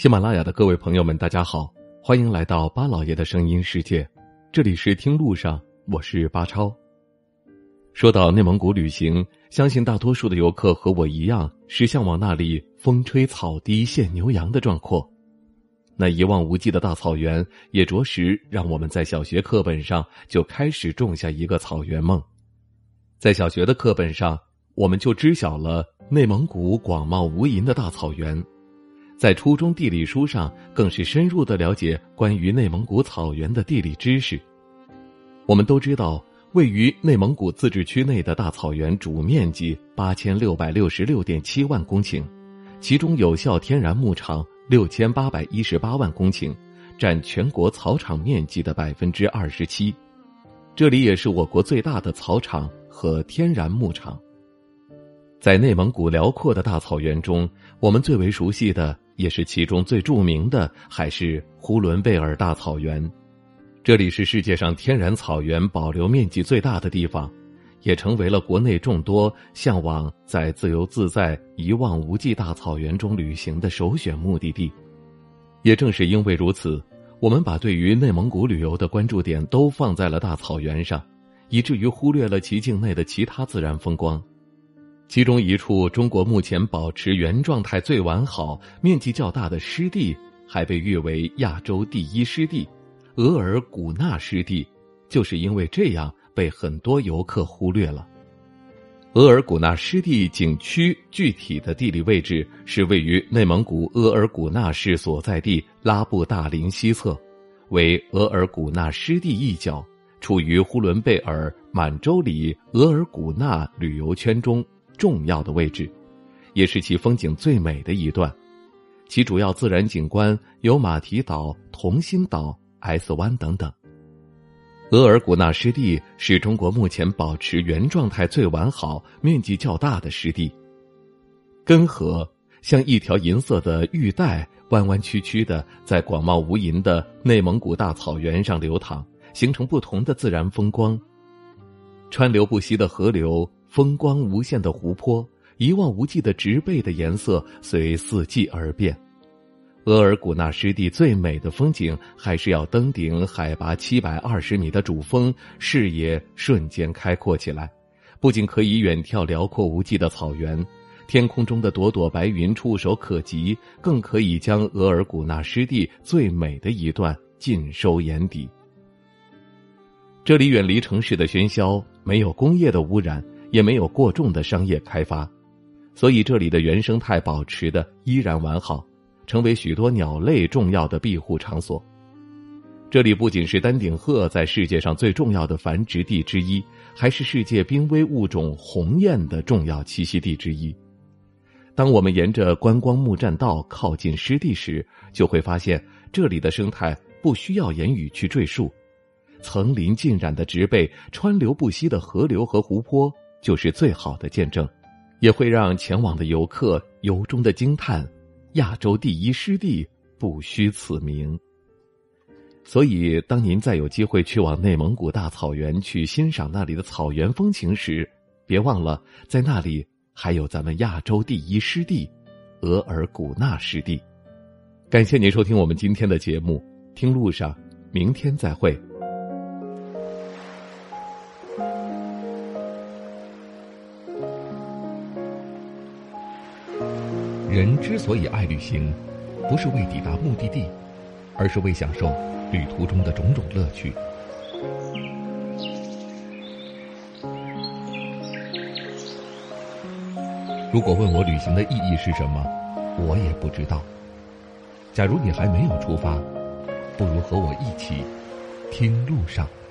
喜马拉雅的各位朋友们，大家好，欢迎来到巴老爷的声音世界，这里是听路上，我是巴超。说到内蒙古旅行，相信大多数的游客和我一样，是向往那里风吹草低见牛羊的壮阔。那一望无际的大草原，也着实让我们在小学课本上就开始种下一个草原梦。在小学的课本上，我们就知晓了内蒙古广袤无垠的大草原。在初中地理书上，更是深入地了解关于内蒙古草原的地理知识。我们都知道，位于内蒙古自治区内的大草原主面积8666.7万公顷，其中有效天然牧场6818万公顷，占全国草场面积的27%。这里也是我国最大的草场和天然牧场。在内蒙古辽阔的大草原中，我们最为熟悉的，也是其中最著名的，还是呼伦贝尔大草原。这里是世界上天然草原保留面积最大的地方，也成为了国内众多向往在自由自在、一望无际大草原中旅行的首选目的地。也正是因为如此，我们把对于内蒙古旅游的关注点都放在了大草原上，以至于忽略了其境内的其他自然风光。其中一处中国目前保持原状态最完好、面积较大的湿地，还被誉为亚洲第一湿地——额尔古纳湿地，就是因为这样被很多游客忽略了。额尔古纳湿地景区具体的地理位置是位于内蒙古额尔古纳市所在地拉布大林西侧，为额尔古纳湿地一角，处于呼伦贝尔满洲里额尔古纳旅游圈中重要的位置，也是其风景最美的一段。其主要自然景观有马蹄岛、同心岛、S 湾等等。额尔古纳湿地是中国目前保持原状态最完好、面积较大的湿地。根河像一条银色的玉带，弯弯曲曲的在广袤无垠的内蒙古大草原上流淌，形成不同的自然风光。川流不息的河流，风光无限的湖泊，一望无际的植被的颜色随四季而变。额尔古纳湿地最美的风景，还是要登顶海拔720米的主峰，视野瞬间开阔起来。不仅可以远眺辽阔无际的草原，天空中的朵朵白云触手可及，更可以将额尔古纳湿地最美的一段尽收眼底。这里远离城市的喧嚣，没有工业的污染，也没有过重的商业开发，所以这里的原生态保持的依然完好，成为许多鸟类重要的庇护场所。这里不仅是丹顶鹤在世界上最重要的繁殖地之一，还是世界濒危物种鸿雁的重要栖息地之一。当我们沿着观光木栈道靠近湿地时，就会发现这里的生态不需要言语去赘述。层林尽染的植被，川流不息的河流和湖泊，就是最好的见证，也会让前往的游客由衷的惊叹：亚洲第一湿地，不虚此名。所以当您再有机会去往内蒙古大草原去欣赏那里的草原风情时，别忘了在那里还有咱们亚洲第一湿地额尔古纳湿地。感谢您收听我们今天的节目，听路上，明天再会。 人之所以爱旅行，不是为抵达目的地，而是为享受旅途中的种种乐趣。如果问我旅行的意义是什么，我也不知道。假如你还没有出发，不如和我一起听路上。